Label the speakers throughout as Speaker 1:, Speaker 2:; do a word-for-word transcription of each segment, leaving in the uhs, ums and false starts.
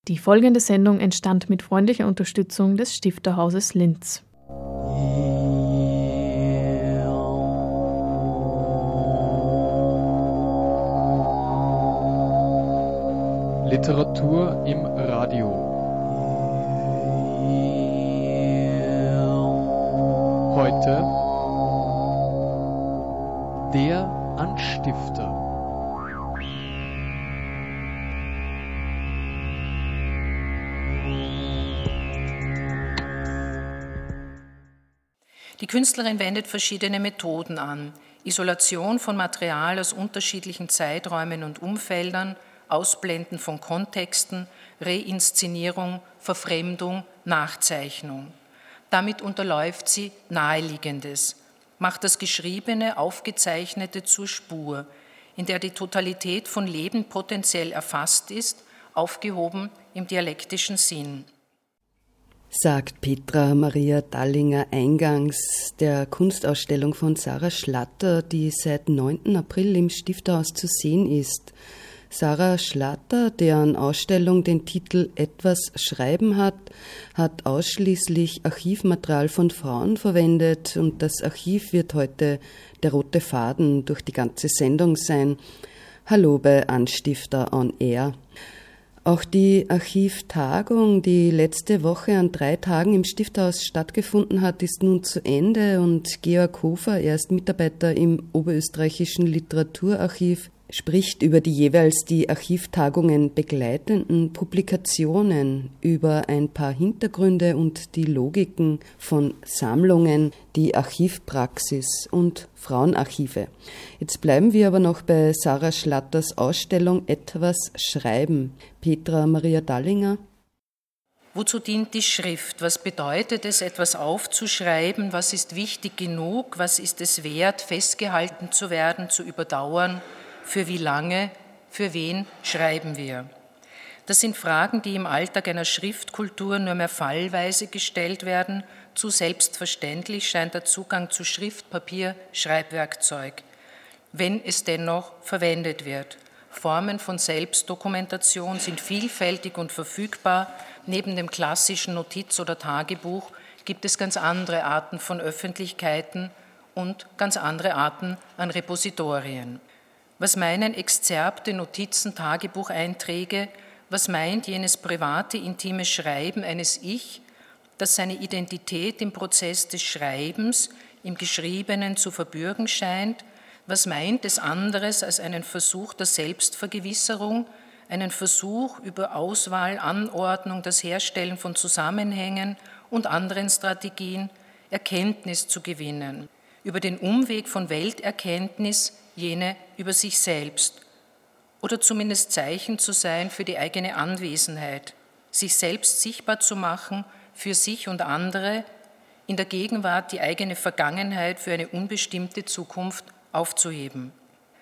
Speaker 1: Die folgende Sendung entstand mit freundlicher Unterstützung des Stifterhauses Linz.
Speaker 2: Literatur im Radio. Heute der Anstifter.
Speaker 3: Die Künstlerin wendet verschiedene Methoden an: Isolation von Material aus unterschiedlichen Zeiträumen und Umfeldern, Ausblenden von Kontexten, Reinszenierung, Verfremdung, Nachzeichnung. Damit unterläuft sie Naheliegendes, macht das Geschriebene, Aufgezeichnete zur Spur, in der die Totalität von Leben potenziell erfasst ist, aufgehoben im dialektischen Sinn.
Speaker 4: Sagt Petra Maria Dallinger eingangs der Kunstausstellung von Sarah Schlatter, die seit neunten April im Stifterhaus zu sehen ist. Sarah Schlatter, deren Ausstellung den Titel Etwas schreiben hat, hat ausschließlich Archivmaterial von Frauen verwendet und das Archiv wird heute der rote Faden durch die ganze Sendung sein. Hallo bei Anstifter on Air. Auch die Archivtagung, die letzte Woche an drei Tagen im Stifterhaus stattgefunden hat, ist nun zu Ende und Georg Hofer, er ist Mitarbeiter im Oberösterreichischen Literaturarchiv, spricht über die jeweils die Archivtagungen begleitenden Publikationen, über ein paar Hintergründe und die Logiken von Sammlungen, die Archivpraxis und Frauenarchive. Jetzt bleiben wir aber noch bei Sarah Schlatters Ausstellung Etwas schreiben. Petra Maria Dallinger.
Speaker 3: Wozu dient die Schrift? Was bedeutet es, etwas aufzuschreiben? Was ist wichtig genug? Was ist es wert, festgehalten zu werden, zu überdauern? Für wie lange, für wen schreiben wir? Das sind Fragen, die im Alltag einer Schriftkultur nur mehr fallweise gestellt werden. Zu selbstverständlich scheint der Zugang zu Schriftpapier, Schreibwerkzeug, wenn es dennoch verwendet wird. Formen von Selbstdokumentation sind vielfältig und verfügbar. Neben dem klassischen Notiz- oder Tagebuch gibt es ganz andere Arten von Öffentlichkeiten und ganz andere Arten an Repositorien. Was meinen Exzerpte, Notizen, Tagebucheinträge? Was meint jenes private, intime Schreiben eines Ich, das seine Identität im Prozess des Schreibens, im Geschriebenen zu verbürgen scheint? Was meint es anderes als einen Versuch der Selbstvergewisserung, einen Versuch über Auswahl, Anordnung, das Herstellen von Zusammenhängen und anderen Strategien, Erkenntnis zu gewinnen, über den Umweg von Welterkenntnis, jene über sich selbst, oder zumindest Zeichen zu sein für die eigene Anwesenheit, sich selbst sichtbar zu machen für sich und andere, in der Gegenwart die eigene Vergangenheit für eine unbestimmte Zukunft aufzuheben.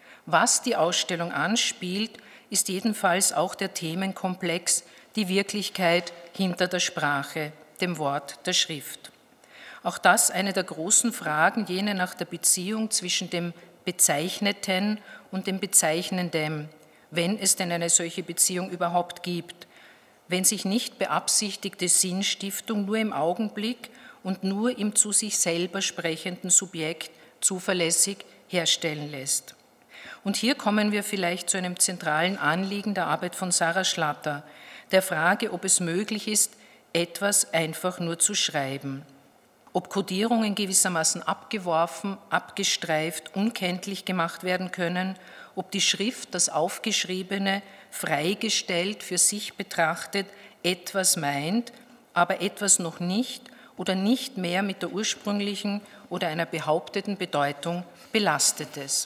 Speaker 3: Was die Ausstellung anspielt, ist jedenfalls auch der Themenkomplex, die Wirklichkeit hinter der Sprache, dem Wort, der Schrift. Auch das eine der großen Fragen, jene nach der Beziehung zwischen dem Bezeichneten und dem Bezeichnenden, wenn es denn eine solche Beziehung überhaupt gibt, wenn sich nicht beabsichtigte Sinnstiftung nur im Augenblick und nur im zu sich selber sprechenden Subjekt zuverlässig herstellen lässt. Und hier kommen wir vielleicht zu einem zentralen Anliegen der Arbeit von Sarah Schlatter, der Frage, ob es möglich ist, etwas einfach nur zu schreiben. Ob Kodierungen gewissermaßen abgeworfen, abgestreift, unkenntlich gemacht werden können, ob die Schrift, das Aufgeschriebene, freigestellt, für sich betrachtet, etwas meint, aber etwas noch nicht oder nicht mehr mit der ursprünglichen oder einer behaupteten Bedeutung belastet ist.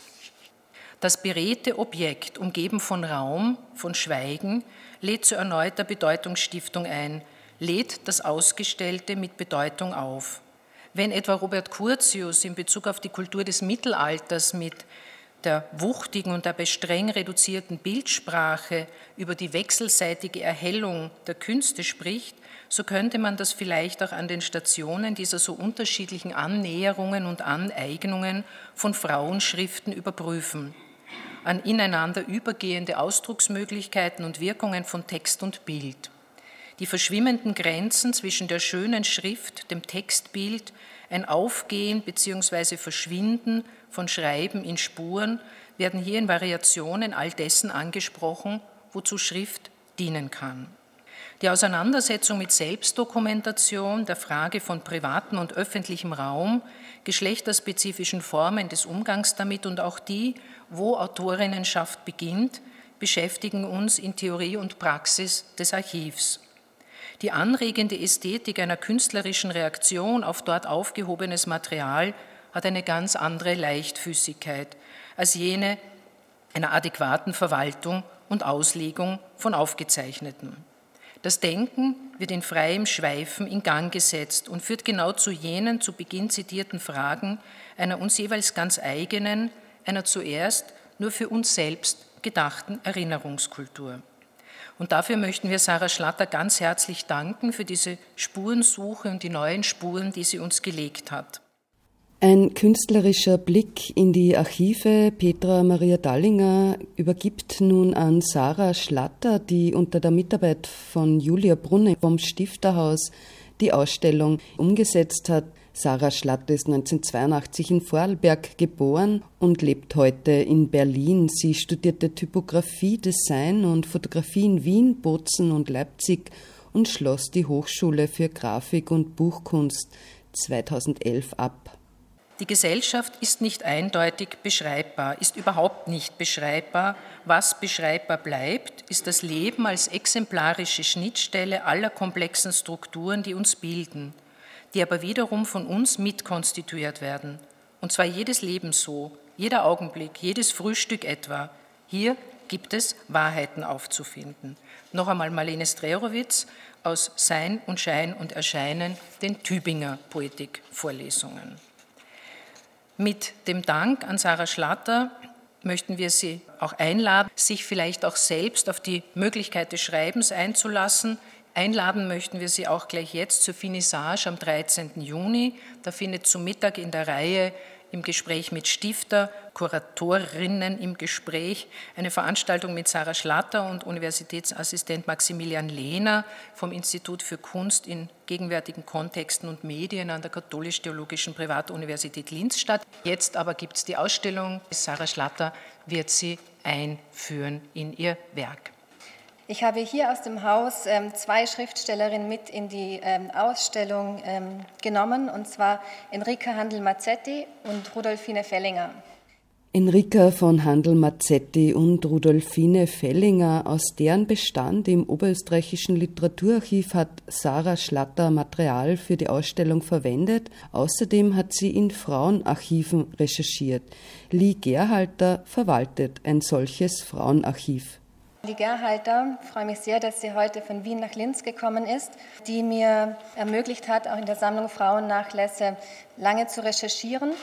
Speaker 3: Das beredte Objekt, umgeben von Raum, von Schweigen, lädt zu erneuter Bedeutungsstiftung ein, lädt das Ausgestellte mit Bedeutung auf. Wenn etwa Robert Curtius in Bezug auf die Kultur des Mittelalters mit der wuchtigen und dabei streng reduzierten Bildsprache über die wechselseitige Erhellung der Künste spricht, so könnte man das vielleicht auch an den Stationen dieser so unterschiedlichen Annäherungen und Aneignungen von Frauenschriften überprüfen. An ineinander übergehende Ausdrucksmöglichkeiten und Wirkungen von Text und Bild. Die verschwimmenden Grenzen zwischen der schönen Schrift, dem Textbild, ein Aufgehen bzw. Verschwinden von Schreiben in Spuren werden hier in Variationen all dessen angesprochen, wozu Schrift dienen kann. Die Auseinandersetzung mit Selbstdokumentation, der Frage von privatem und öffentlichem Raum, geschlechterspezifischen Formen des Umgangs damit und auch die, wo Autorinnenschaft beginnt, beschäftigen uns in Theorie und Praxis des Archivs. Die anregende Ästhetik einer künstlerischen Reaktion auf dort aufgehobenes Material hat eine ganz andere Leichtfüßigkeit als jene einer adäquaten Verwaltung und Auslegung von Aufgezeichneten. Das Denken wird in freiem Schweifen in Gang gesetzt und führt genau zu jenen zu Beginn zitierten Fragen einer uns jeweils ganz eigenen, einer zuerst nur für uns selbst gedachten Erinnerungskultur. Und dafür möchten wir Sarah Schlatter ganz herzlich danken für diese Spurensuche und die neuen Spuren, die sie uns gelegt hat.
Speaker 4: Ein künstlerischer Blick in die Archive. Petra Maria Dallinger übergibt nun an Sarah Schlatter, die unter der Mitarbeit von Julia Brunne vom Stifterhaus die Ausstellung umgesetzt hat. Sarah Schlatter ist neunzehnhundertzweiundachtzig in Vorarlberg geboren und lebt heute in Berlin. Sie studierte Typografie, Design und Fotografie in Wien, Bozen und Leipzig und schloss die Hochschule für Grafik und Buchkunst zweitausendelf ab.
Speaker 3: Die Gesellschaft ist nicht eindeutig beschreibbar, ist überhaupt nicht beschreibbar. Was beschreibbar bleibt, ist das Leben als exemplarische Schnittstelle aller komplexen Strukturen, die uns bilden, die aber wiederum von uns mitkonstituiert werden. Und zwar jedes Leben so, jeder Augenblick, jedes Frühstück etwa. Hier gibt es Wahrheiten aufzufinden. Noch einmal Marlene Strerowitz aus Sein und Schein und Erscheinen, den Tübinger Poetikvorlesungen. Mit dem Dank an Sarah Schlatter möchten wir Sie auch einladen, sich vielleicht auch selbst auf die Möglichkeit des Schreibens einzulassen. Einladen möchten wir Sie auch gleich jetzt zur Finissage am dreizehnten Juni. Da findet zum Mittag in der Reihe im Gespräch mit Stifter, Kuratorinnen im Gespräch, eine Veranstaltung mit Sarah Schlatter und Universitätsassistent Maximilian Lehner vom Institut für Kunst in gegenwärtigen Kontexten und Medien an der Katholisch-Theologischen Privatuniversität Linz statt. Jetzt aber gibt es die Ausstellung. Sarah Schlatter wird sie einführen in ihr Werk.
Speaker 5: Ich habe hier aus dem Haus ähm, zwei Schriftstellerinnen mit in die ähm, Ausstellung ähm, genommen, und zwar Enrica Handel-Mazzetti und Rudolfine Fellinger.
Speaker 4: Enrica von Handel-Mazzetti und Rudolfine Fellinger, aus deren Bestand im Oberösterreichischen Literaturarchiv hat Sarah Schlatter Material für die Ausstellung verwendet. Außerdem hat sie in Frauenarchiven recherchiert. Lie Gerhalter verwaltet ein solches Frauenarchiv.
Speaker 5: Die Gerhalter, ich freue mich sehr, dass sie heute von Wien nach Linz gekommen ist, die mir ermöglicht hat, auch in der Sammlung Frauennachlässe lange zu recherchieren.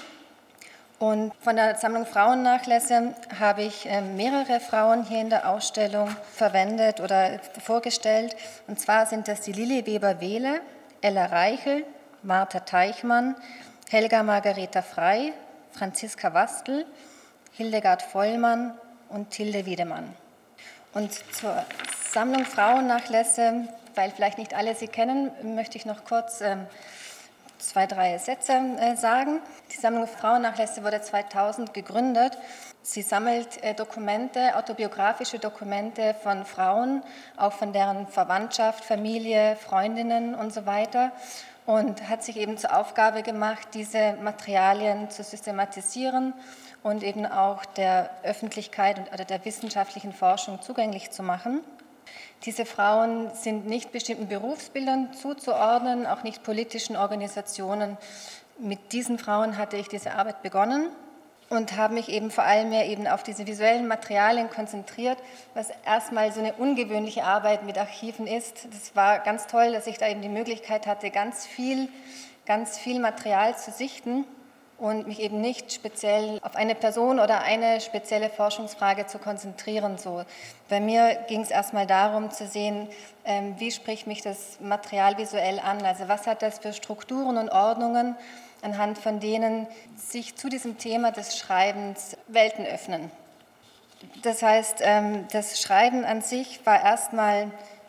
Speaker 5: Und von der Sammlung Frauennachlässe habe ich mehrere Frauen hier in der Ausstellung verwendet oder vorgestellt. Und zwar sind das die Lili Weber-Wehle, Ella Reichel, Martha Teichmann, Helga Margareta Frey, Franziska Wastl, Hildegard Vollmann und Tilde Wiedemann. Und zur Sammlung Frauennachlässe, weil vielleicht nicht alle sie kennen, möchte ich noch kurz ähm, zwei, drei Sätze äh, sagen. Die Sammlung Frauennachlässe wurde zweitausend gegründet. Sie sammelt äh, Dokumente, autobiografische Dokumente von Frauen, auch von deren Verwandtschaft, Familie, Freundinnen und so weiter. Und hat sich eben zur Aufgabe gemacht, diese Materialien zu systematisieren und eben auch der Öffentlichkeit und oder der wissenschaftlichen Forschung zugänglich zu machen. Diese Frauen sind nicht bestimmten Berufsbildern zuzuordnen, auch nicht politischen Organisationen. Mit diesen Frauen hatte ich diese Arbeit begonnen und habe mich eben vor allem mehr eben auf diese visuellen Materialien konzentriert, was erstmal so eine ungewöhnliche Arbeit mit Archiven ist. Das war ganz toll, dass ich da eben die Möglichkeit hatte, ganz viel, ganz viel Material zu sichten und mich eben nicht speziell auf eine Person oder eine spezielle Forschungsfrage zu konzentrieren. So. Bei mir ging es erstmal darum zu sehen, ähm, wie spricht mich das Material visuell an, also was hat das für Strukturen und Ordnungen, anhand von denen sich zu diesem Thema des Schreibens Welten öffnen. Das heißt, ähm, das Schreiben an sich war erstmal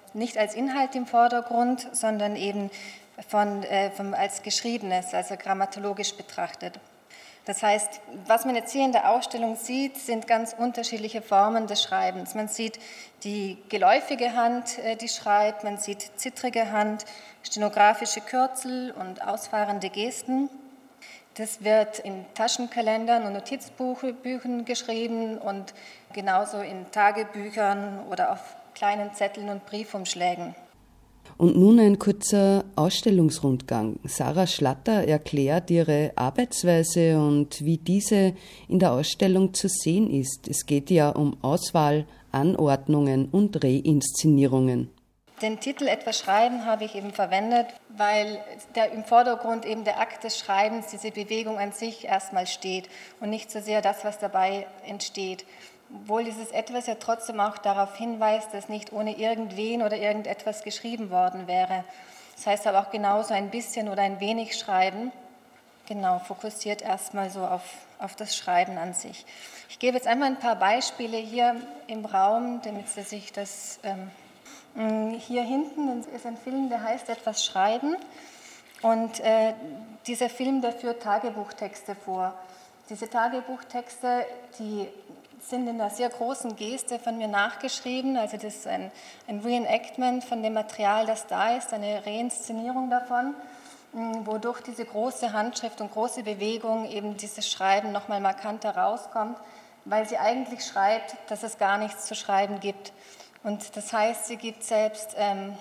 Speaker 5: nicht als Inhalt im Vordergrund, sondern eben von, äh, von, als Geschriebenes, also grammatologisch betrachtet. Das heißt, was man jetzt hier in der Ausstellung sieht, sind ganz unterschiedliche Formen des Schreibens. Man sieht die geläufige Hand, die schreibt, man sieht zittrige Hand, stenografische Kürzel und ausfahrende Gesten. Das wird in Taschenkalendern und Notizbüchern geschrieben und genauso in Tagebüchern oder auf kleinen Zetteln und Briefumschlägen.
Speaker 4: Und nun ein kurzer Ausstellungsrundgang. Sarah Schlatter erklärt ihre Arbeitsweise und wie diese in der Ausstellung zu sehen ist. Es geht ja um Auswahl, Anordnungen und Reinszenierungen.
Speaker 5: Den Titel Etwas schreiben habe ich eben verwendet, weil der im Vordergrund eben der Akt des Schreibens, diese Bewegung an sich erstmal steht und nicht so sehr das, was dabei entsteht. Obwohl dieses Etwas ja trotzdem auch darauf hinweist, dass nicht ohne irgendwen oder irgendetwas geschrieben worden wäre. Das heißt aber auch genauso ein bisschen oder ein wenig Schreiben, genau, fokussiert erstmal so auf, auf das Schreiben an sich. Ich gebe jetzt einmal ein paar Beispiele hier im Raum, damit Sie sich das... Ähm, hier hinten ist ein Film, der heißt Etwas schreiben und äh, dieser Film, der führt Tagebuchtexte vor. Diese Tagebuchtexte, die sind in einer sehr großen Geste von mir nachgeschrieben, also das ist ein, ein Reenactment von dem Material, das da ist, eine Reinszenierung davon, wodurch diese große Handschrift und große Bewegung eben dieses Schreiben nochmal markant herauskommt, weil sie eigentlich schreibt, dass es gar nichts zu schreiben gibt. Und das heißt, sie gibt selbst ähm,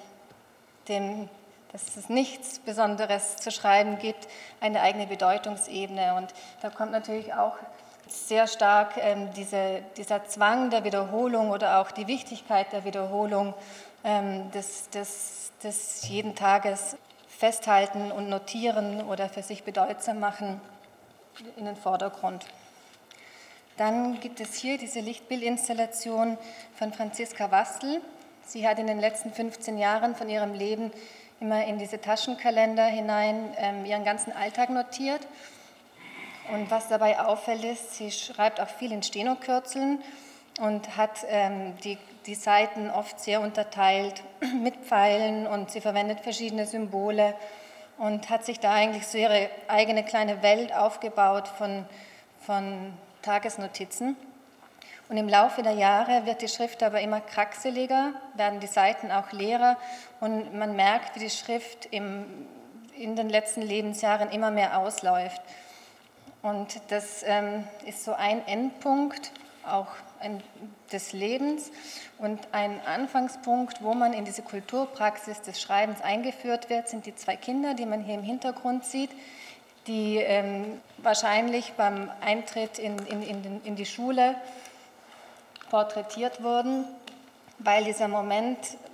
Speaker 5: dem, dass es nichts Besonderes zu schreiben gibt, eine eigene Bedeutungsebene. Und da kommt natürlich auch sehr stark ähm, diese, dieser Zwang der Wiederholung oder auch die Wichtigkeit der Wiederholung ähm, des, des, des jeden Tages festhalten und notieren oder für sich bedeutsam machen in den Vordergrund. Dann gibt es hier diese Lichtbildinstallation von Franziska Wastel. Sie hat in den letzten fünfzehn Jahren von ihrem Leben immer in diese Taschenkalender hinein ähm, ihren ganzen Alltag notiert. Und was dabei auffällt ist, sie schreibt auch viel in Stenokürzeln und hat ähm, die, die Seiten oft sehr unterteilt mit Pfeilen und sie verwendet verschiedene Symbole und hat sich da eigentlich so ihre eigene kleine Welt aufgebaut von, von Tagesnotizen. Und im Laufe der Jahre wird die Schrift aber immer kraxeliger, werden die Seiten auch leerer und man merkt, wie die Schrift im, in den letzten Lebensjahren immer mehr ausläuft. Und das ähm, ist so ein Endpunkt auch ein, des Lebens und ein Anfangspunkt, wo man in diese Kulturpraxis des Schreibens eingeführt wird, sind die zwei Kinder, die man hier im Hintergrund sieht, die ähm, wahrscheinlich beim Eintritt in, in, in, in die Schule porträtiert wurden, weil dieser Moment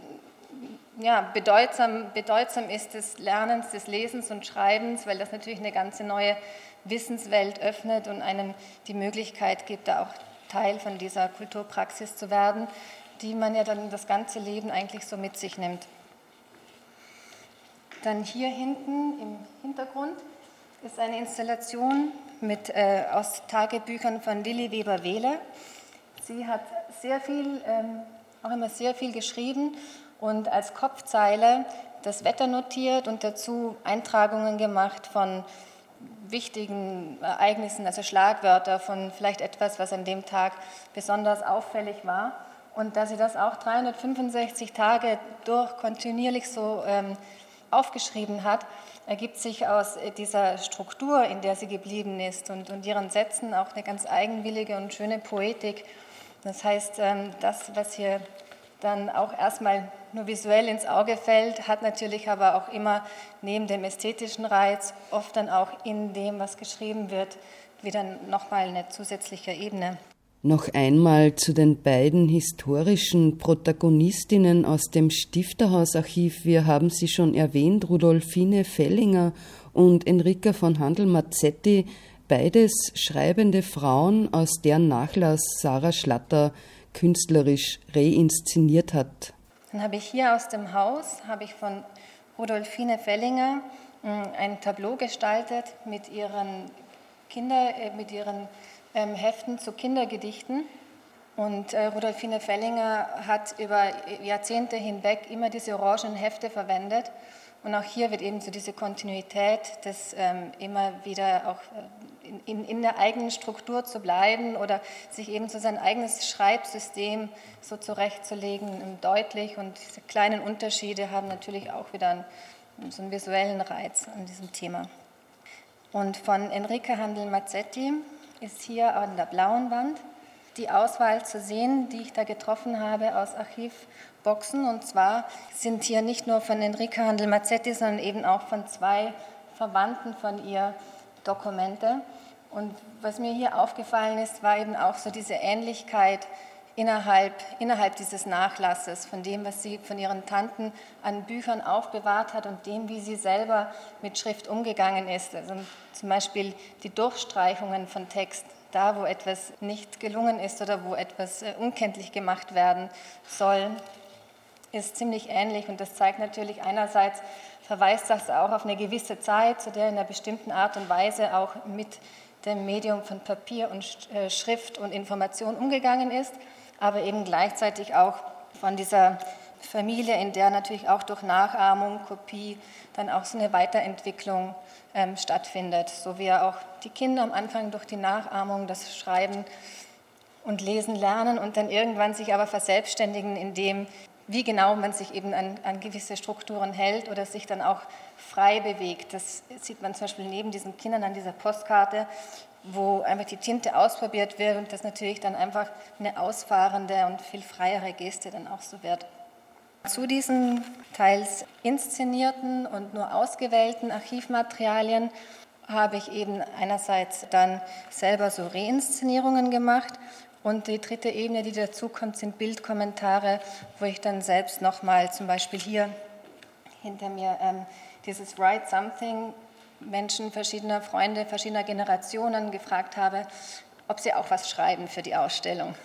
Speaker 5: ja, bedeutsam, bedeutsam ist des Lernens, des Lesens und Schreibens, weil das natürlich eine ganze neue Wissenswelt öffnet und einem die Möglichkeit gibt, da auch Teil von dieser Kulturpraxis zu werden, die man ja dann das ganze Leben eigentlich so mit sich nimmt. Dann hier hinten im Hintergrund ist eine Installation mit, äh, aus Tagebüchern von Lilli Weber-Wehle. Sie hat sehr viel, ähm, auch immer sehr viel geschrieben und als Kopfzeile das Wetter notiert und dazu Eintragungen gemacht von wichtigen Ereignissen, also Schlagwörter von vielleicht etwas, was an dem Tag besonders auffällig war. Und da sie das auch dreihundertfünfundsechzig Tage durch kontinuierlich so ähm, aufgeschrieben hat, ergibt sich aus dieser Struktur, in der sie geblieben ist und, und ihren Sätzen auch eine ganz eigenwillige und schöne Poetik. Das heißt, ähm, das, was hier dann auch erstmal nur visuell ins Auge fällt, hat natürlich aber auch immer neben dem ästhetischen Reiz oft dann auch in dem, was geschrieben wird, wieder nochmal eine zusätzliche Ebene.
Speaker 4: Noch einmal zu den beiden historischen Protagonistinnen aus dem Stifterhausarchiv. Wir haben sie schon erwähnt, Rudolfine Fellinger und Enrica von Handel-Mazzetti, beides schreibende Frauen, aus deren Nachlass Sarah Schlatter künstlerisch reinszeniert hat.
Speaker 5: Dann habe ich hier aus dem Haus, habe ich von Rudolfine Fellinger ein Tableau gestaltet mit ihren, Kinder, mit ihren ähm, Heften zu Kindergedichten. Und äh, Rudolfine Fellinger hat über Jahrzehnte hinweg immer diese orangenen Hefte verwendet. Und auch hier wird eben so diese Kontinuität, das ähm, immer wieder auch in, in, in der eigenen Struktur zu bleiben oder sich eben so sein eigenes Schreibsystem so zurechtzulegen, deutlich. Und diese kleinen Unterschiede haben natürlich auch wieder einen, so einen visuellen Reiz an diesem Thema. Und von Enrique Handel-Mazzetti ist hier an der blauen Wand die Auswahl zu sehen, die ich da getroffen habe aus Archivboxen. Und zwar sind hier nicht nur von Enrique Handel-Mazzetti, sondern eben auch von zwei Verwandten von ihr Dokumente. Und was mir hier aufgefallen ist, war eben auch so diese Ähnlichkeit innerhalb, innerhalb dieses Nachlasses, von dem, was sie von ihren Tanten an Büchern aufbewahrt hat und dem, wie sie selber mit Schrift umgegangen ist. Also zum Beispiel die Durchstreichungen von Text, da wo etwas nicht gelungen ist oder wo etwas unkenntlich gemacht werden soll, ist ziemlich ähnlich. Und das zeigt natürlich einerseits, verweist das auch auf eine gewisse Zeit, zu der in einer bestimmten Art und Weise auch mit dem Medium von Papier und Schrift und Information umgegangen ist, aber eben gleichzeitig auch von dieser Familie, in der natürlich auch durch Nachahmung, Kopie dann auch so eine Weiterentwicklung ähm, stattfindet, so wie auch die Kinder am Anfang durch die Nachahmung das Schreiben und Lesen lernen und dann irgendwann sich aber verselbstständigen, indem wie genau man sich eben an, an gewisse Strukturen hält oder sich dann auch frei bewegt. Das sieht man zum Beispiel neben diesen Kindern an dieser Postkarte, wo einfach die Tinte ausprobiert wird und das natürlich dann einfach eine ausfahrende und viel freiere Geste dann auch so wird. Zu diesen teils inszenierten und nur ausgewählten Archivmaterialien habe ich eben einerseits dann selber so Reinszenierungen gemacht und die dritte Ebene, die dazu kommt, sind Bildkommentare, wo ich dann selbst nochmal zum Beispiel hier hinter mir ähm, dieses Write Something Menschen verschiedener Freunde, verschiedener Generationen gefragt habe, ob sie auch was schreiben für die Ausstellung.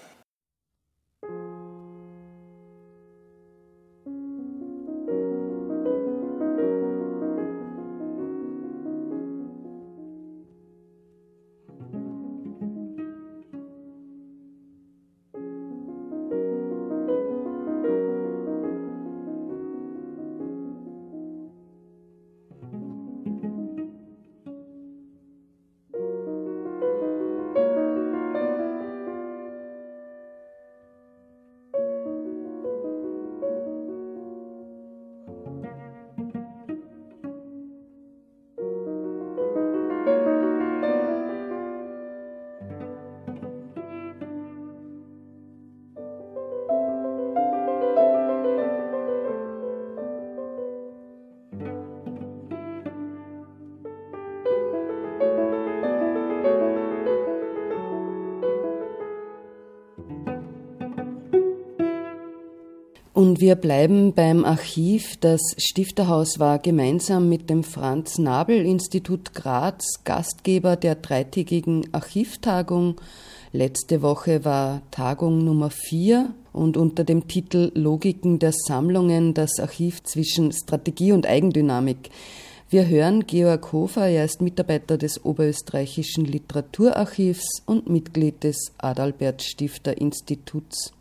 Speaker 4: Und wir bleiben beim Archiv. Das Stifterhaus war gemeinsam mit dem Franz-Nabl-Institut Graz Gastgeber der dreitägigen Archivtagung. Letzte Woche war Tagung Nummer vier und unter dem Titel Logiken der Sammlungen das Archiv zwischen Strategie und Eigendynamik. Wir hören Georg Hofer, er ist Mitarbeiter des Oberösterreichischen Literaturarchivs und Mitglied des Adalbert Stifter Instituts.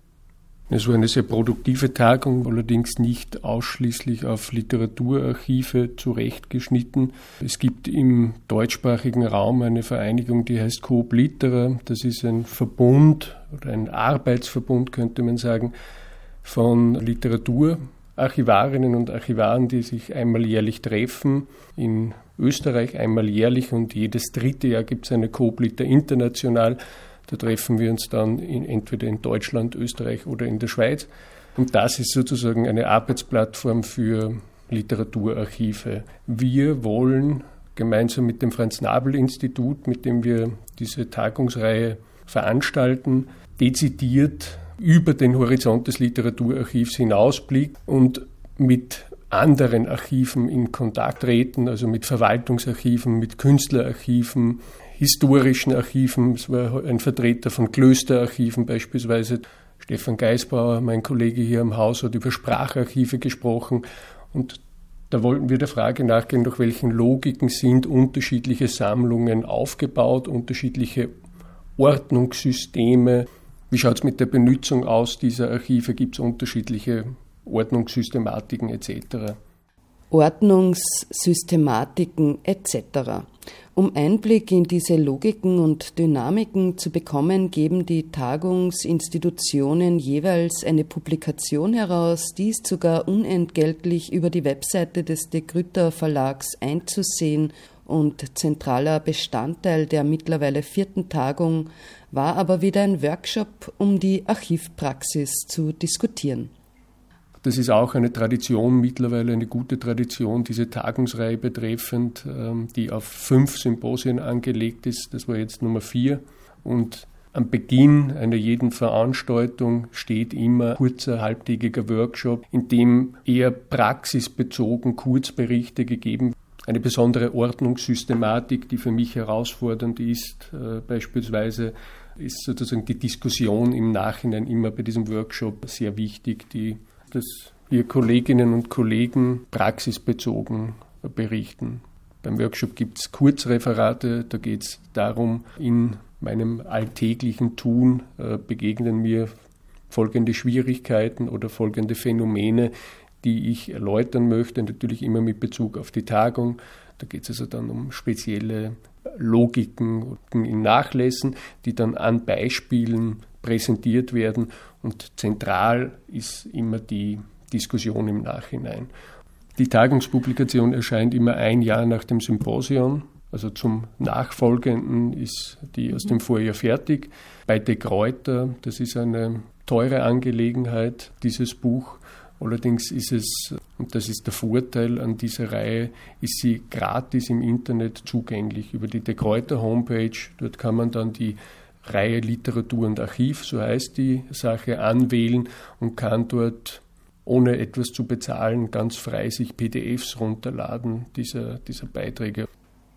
Speaker 6: Es war eine sehr produktive Tagung, allerdings nicht ausschließlich auf Literaturarchive zurechtgeschnitten. Es gibt im deutschsprachigen Raum eine Vereinigung, die heißt Coop Litera. Das ist ein Verbund oder ein Arbeitsverbund, könnte man sagen, von Literaturarchivarinnen und Archivaren, die sich einmal jährlich treffen. In Österreich einmal jährlich und jedes dritte Jahr gibt es eine Coop Litera International. Da treffen wir uns dann in, entweder in Deutschland, Österreich oder in der Schweiz. Und das ist sozusagen eine Arbeitsplattform für Literaturarchive. Wir wollen gemeinsam mit dem Franz-Nabl-Institut, mit dem wir diese Tagungsreihe veranstalten, dezidiert über den Horizont des Literaturarchivs hinausblicken und mit anderen Archiven in Kontakt treten, also mit Verwaltungsarchiven, mit Künstlerarchiven, historischen Archiven. Es war ein Vertreter von Klösterarchiven beispielsweise. Stefan Geisbauer, mein Kollege hier im Haus, hat über Spracharchive gesprochen. Und da wollten wir der Frage nachgehen, nach welchen Logiken sind unterschiedliche Sammlungen aufgebaut, unterschiedliche Ordnungssysteme Wie schaut es mit der Benutzung aus dieser Archive? Gibt es unterschiedliche Ordnungssystematiken et cetera?
Speaker 4: Ordnungssystematiken et cetera. Um Einblick in diese Logiken und Dynamiken zu bekommen, geben die Tagungsinstitutionen jeweils eine Publikation heraus, die ist sogar unentgeltlich über die Webseite des De Gruyter Verlags einzusehen, und zentraler Bestandteil der mittlerweile vierten Tagung war aber wieder ein Workshop, um die Archivpraxis zu diskutieren.
Speaker 6: Das ist auch eine Tradition, mittlerweile eine gute Tradition, diese Tagungsreihe betreffend, die auf fünf Symposien angelegt ist. Das war jetzt Nummer vier. Und am Beginn einer jeden Veranstaltung steht immer ein kurzer, halbtägiger Workshop, in dem eher praxisbezogen Kurzberichte gegeben werden. Eine besondere Ordnungssystematik, die für mich herausfordernd ist, äh, beispielsweise ist sozusagen die Diskussion im Nachhinein immer bei diesem Workshop sehr wichtig, die, dass wir Kolleginnen und Kollegen praxisbezogen berichten. Beim Workshop gibt es Kurzreferate, da geht es darum, in meinem alltäglichen Tun äh, begegnen mir folgende Schwierigkeiten oder folgende Phänomene, die ich erläutern möchte, natürlich immer mit Bezug auf die Tagung. Da geht es also dann um spezielle Logiken in Nachlässen, die dann an Beispielen präsentiert werden, und zentral ist immer die Diskussion im Nachhinein. Die Tagungspublikation erscheint immer ein Jahr nach dem Symposion, also zum Nachfolgenden ist die aus dem Vorjahr fertig. Bei De Gruyter, das ist eine teure Angelegenheit, dieses Buch. Allerdings ist es, und das ist der Vorteil an dieser Reihe, ist sie gratis im Internet zugänglich über die De Gruyter Homepage. Dort kann man dann die Reihe Literatur und Archiv, so heißt die Sache, anwählen und kann dort ohne etwas zu bezahlen ganz frei sich P D Fs runterladen dieser, dieser Beiträge.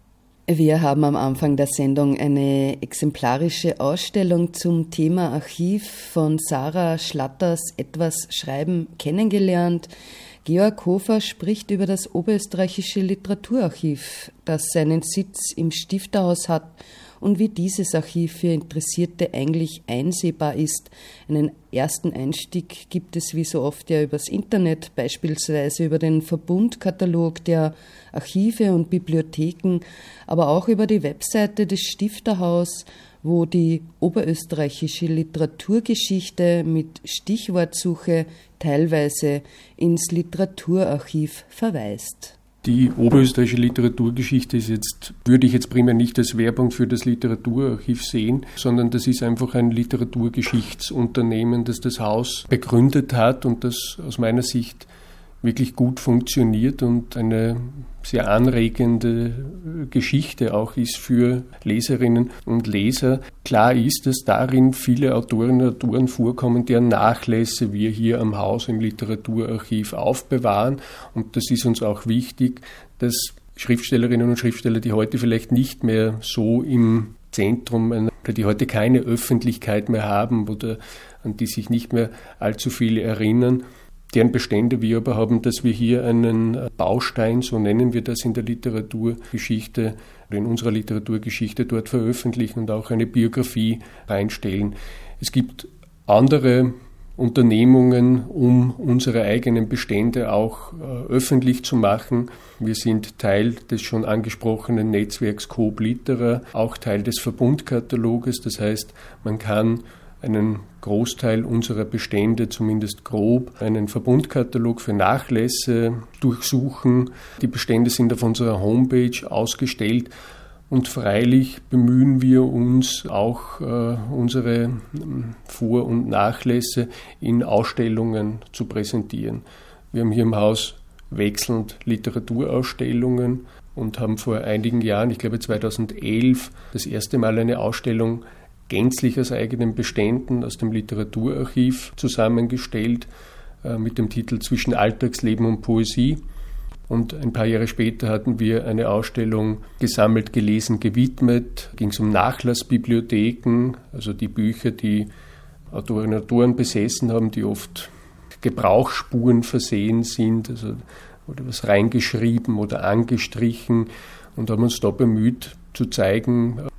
Speaker 4: Wir haben am Anfang der Sendung eine exemplarische Ausstellung zum Thema Archiv von Sarah Schlatters Etwas Schreiben kennengelernt. Georg Hofer spricht über das Oberösterreichische Literaturarchiv, das seinen Sitz im Stifterhaus hat, und wie dieses Archiv für Interessierte eigentlich einsehbar ist. Einen ersten Einstieg gibt es wie so oft ja übers Internet, beispielsweise über den Verbundkatalog der Archive und Bibliotheken, aber auch über die Webseite des Stifterhaus, wo die oberösterreichische Literaturgeschichte mit Stichwortsuche teilweise ins Literaturarchiv verweist.
Speaker 6: Die oberösterreichische Literaturgeschichte ist jetzt, würde ich jetzt primär nicht als Werbung für das Literaturarchiv sehen, sondern das ist einfach ein Literaturgeschichtsunternehmen, das das Haus begründet hat und das aus meiner Sicht wirklich gut funktioniert und eine sehr anregende Geschichte auch ist für Leserinnen und Leser. Klar ist, dass darin viele Autorinnen und Autoren vorkommen, deren Nachlässe wir hier am Haus im Literaturarchiv aufbewahren. Und das ist uns auch wichtig, dass Schriftstellerinnen und Schriftsteller, die heute vielleicht nicht mehr so im Zentrum, oder die heute keine Öffentlichkeit mehr haben oder an die sich nicht mehr allzu viele erinnern, deren Bestände wir aber haben, dass wir hier einen Baustein, so nennen wir das in der Literaturgeschichte, in unserer Literaturgeschichte dort veröffentlichen und auch eine Biografie reinstellen. Es gibt andere Unternehmungen, um unsere eigenen Bestände auch äh, öffentlich zu machen. Wir sind Teil des schon angesprochenen Netzwerks Coop Litera, auch Teil des Verbundkataloges. Das heißt, man kann einen Großteil unserer Bestände, zumindest grob, einen Verbundkatalog für Nachlässe durchsuchen. Die Bestände sind auf unserer Homepage ausgestellt und freilich bemühen wir uns auch, äh, unsere Vor- und Nachlässe in Ausstellungen zu präsentieren. Wir haben hier im Haus wechselnd Literaturausstellungen und haben vor einigen Jahren, ich glaube zweitausendelf, das erste Mal eine Ausstellung gänzlich aus eigenen Beständen aus dem Literaturarchiv zusammengestellt, äh, mit dem Titel Zwischen Alltagsleben und Poesie. Und ein paar Jahre später hatten wir eine Ausstellung gesammelt, gelesen, gewidmet. Ging es um Nachlassbibliotheken, also die Bücher, die Autorinnen und Autoren besessen haben, die oft Gebrauchsspuren versehen sind, also oder was reingeschrieben oder angestrichen, und haben uns da bemüht zu zeigen,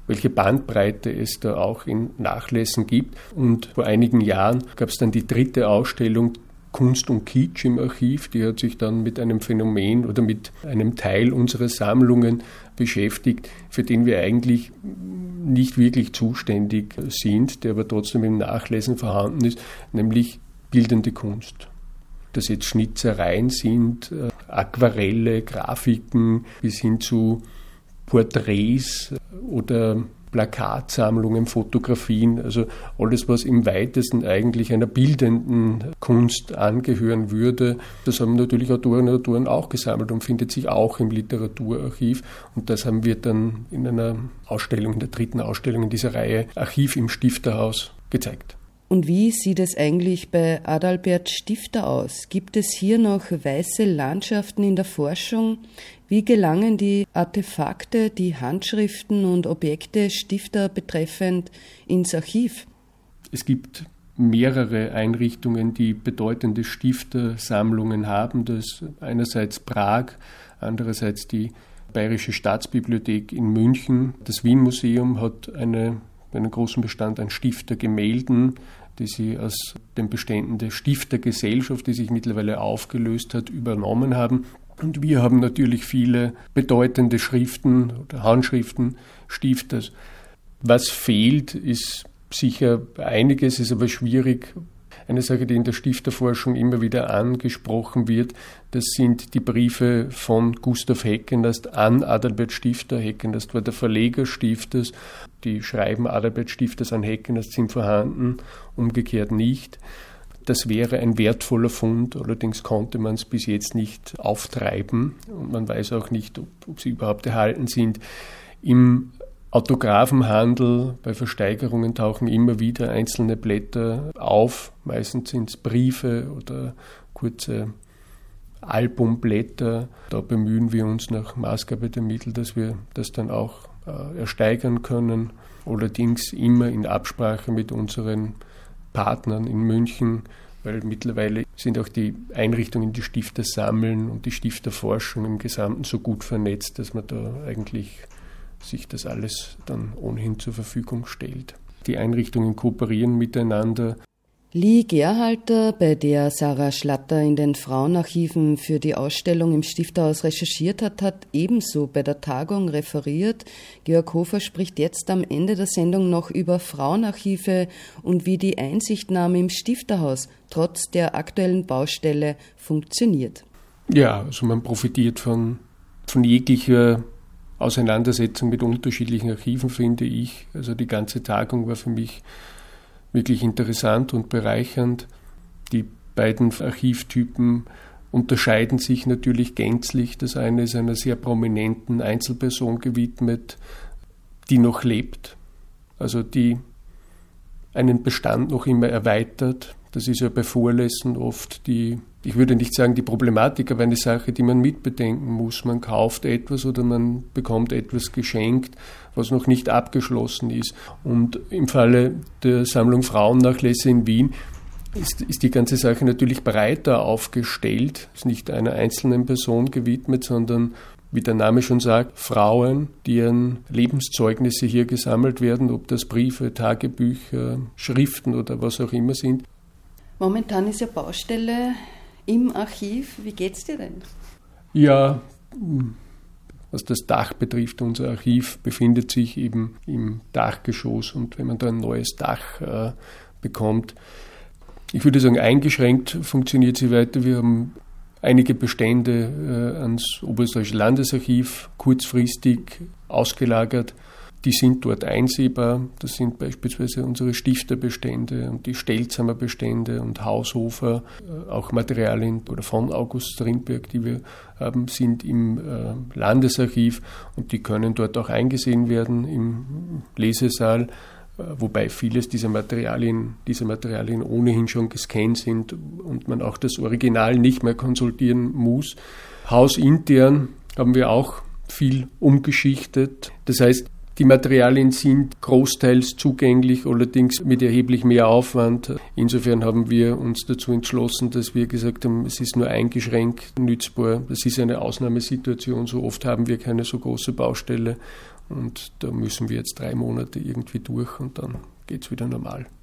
Speaker 6: welche Bandbreite es da auch in Nachlässen gibt. Und vor einigen Jahren gab es dann die dritte Ausstellung Kunst und Kitsch im Archiv, die hat sich dann mit einem Phänomen oder mit einem Teil unserer Sammlungen beschäftigt, für den wir eigentlich nicht wirklich zuständig sind, der aber trotzdem im Nachlesen vorhanden ist, nämlich bildende Kunst. Dass jetzt Schnitzereien sind, Aquarelle, Grafiken bis hin zu Porträts oder Plakatsammlungen, Fotografien, also alles, was im weitesten eigentlich einer bildenden Kunst angehören würde. Das haben natürlich Autorinnen und Autoren auch gesammelt und findet sich auch im Literaturarchiv. Und das haben wir dann in einer Ausstellung, in der dritten Ausstellung in dieser Reihe Archiv im Stifterhaus gezeigt.
Speaker 4: Und wie sieht es eigentlich bei Adalbert Stifter aus? Gibt es hier noch weiße Landschaften in der Forschung? Wie gelangen die Artefakte, die Handschriften und Objekte Stifter betreffend ins Archiv?
Speaker 6: Es gibt mehrere Einrichtungen, die bedeutende Stiftersammlungen haben. Das ist einerseits Prag, andererseits die Bayerische Staatsbibliothek in München. Das Wien-Museum hat eine, einen großen Bestand an Stiftergemälden, die sie aus den Beständen der Stiftergesellschaft, die sich mittlerweile aufgelöst hat, übernommen haben. Und wir haben natürlich viele bedeutende Schriften oder Handschriften Stifters. Was fehlt, ist sicher einiges, ist aber schwierig. Eine Sache, die in der Stifterforschung immer wieder angesprochen wird, das sind die Briefe von Gustav Heckenast an Adalbert Stifter. Heckenast war der Verleger Stifters. Die Schreiben Adalbert Stifters an Heckenast sind vorhanden, umgekehrt nicht. Das wäre ein wertvoller Fund, allerdings konnte man es bis jetzt nicht auftreiben und man weiß auch nicht, ob, ob sie überhaupt erhalten sind. Im Autographenhandel, bei Versteigerungen tauchen immer wieder einzelne Blätter auf, meistens sind es Briefe oder kurze Albumblätter. Da bemühen wir uns nach Maßgabe der Mittel, dass wir das dann auch äh, ersteigern können, allerdings immer in Absprache mit unseren Partnern in München, weil mittlerweile sind auch die Einrichtungen, die Stifter sammeln und die Stifterforschung im Gesamten so gut vernetzt, dass man da eigentlich sich das alles dann ohnehin zur Verfügung stellt. Die Einrichtungen kooperieren miteinander.
Speaker 4: Lie Gerhalter, bei der Sarah Schlatter in den Frauenarchiven für die Ausstellung im Stifterhaus recherchiert hat, hat ebenso bei der Tagung referiert. Georg Hofer spricht jetzt am Ende der Sendung noch über Frauenarchive und wie die Einsichtnahme im Stifterhaus trotz der aktuellen Baustelle funktioniert.
Speaker 6: Ja, also man profitiert von, von jeglicher Auseinandersetzung mit unterschiedlichen Archiven, finde ich. Also die ganze Tagung war für mich wirklich interessant und bereichernd. Die beiden Archivtypen unterscheiden sich natürlich gänzlich. Das eine ist einer sehr prominenten Einzelperson gewidmet, die noch lebt, also die einen Bestand noch immer erweitert. Das ist ja bei Vorlässen oft die, ich würde nicht sagen die Problematik, aber eine Sache, die man mitbedenken muss. Man kauft etwas oder man bekommt etwas geschenkt, was noch nicht abgeschlossen ist. Und im Falle der Sammlung Frauennachlässe in Wien ist, ist die ganze Sache natürlich breiter aufgestellt. Ist nicht einer einzelnen Person gewidmet, sondern, wie der Name schon sagt, Frauen, deren Lebenszeugnisse hier gesammelt werden, ob das Briefe, Tagebücher, Schriften oder was auch immer sind.
Speaker 4: Momentan ist ja Baustelle im Archiv. Wie geht's dir denn?
Speaker 6: Ja, was das Dach betrifft, unser Archiv befindet sich eben im Dachgeschoss und wenn man da ein neues Dach äh, bekommt, ich würde sagen, eingeschränkt funktioniert sie weiter. Wir haben einige Bestände äh, ans Oberösterreichische Landesarchiv kurzfristig ausgelagert. Die sind dort einsehbar. Das sind beispielsweise unsere Stifterbestände und die Stelzamer Bestände und Haushofer. Auch Materialien oder von August Strindberg, die wir haben, sind im Landesarchiv und die können dort auch eingesehen werden im Lesesaal, wobei vieles dieser Materialien, dieser Materialien ohnehin schon gescannt sind und man auch das Original nicht mehr konsultieren muss. Hausintern haben wir auch viel umgeschichtet. Das heißt, die Materialien sind großteils zugänglich, allerdings mit erheblich mehr Aufwand. Insofern haben wir uns dazu entschlossen, dass wir gesagt haben, es ist nur eingeschränkt nützbar. Das ist eine Ausnahmesituation, so oft haben wir keine so große Baustelle Und da müssen wir jetzt drei Monate irgendwie durch und dann geht es wieder normal.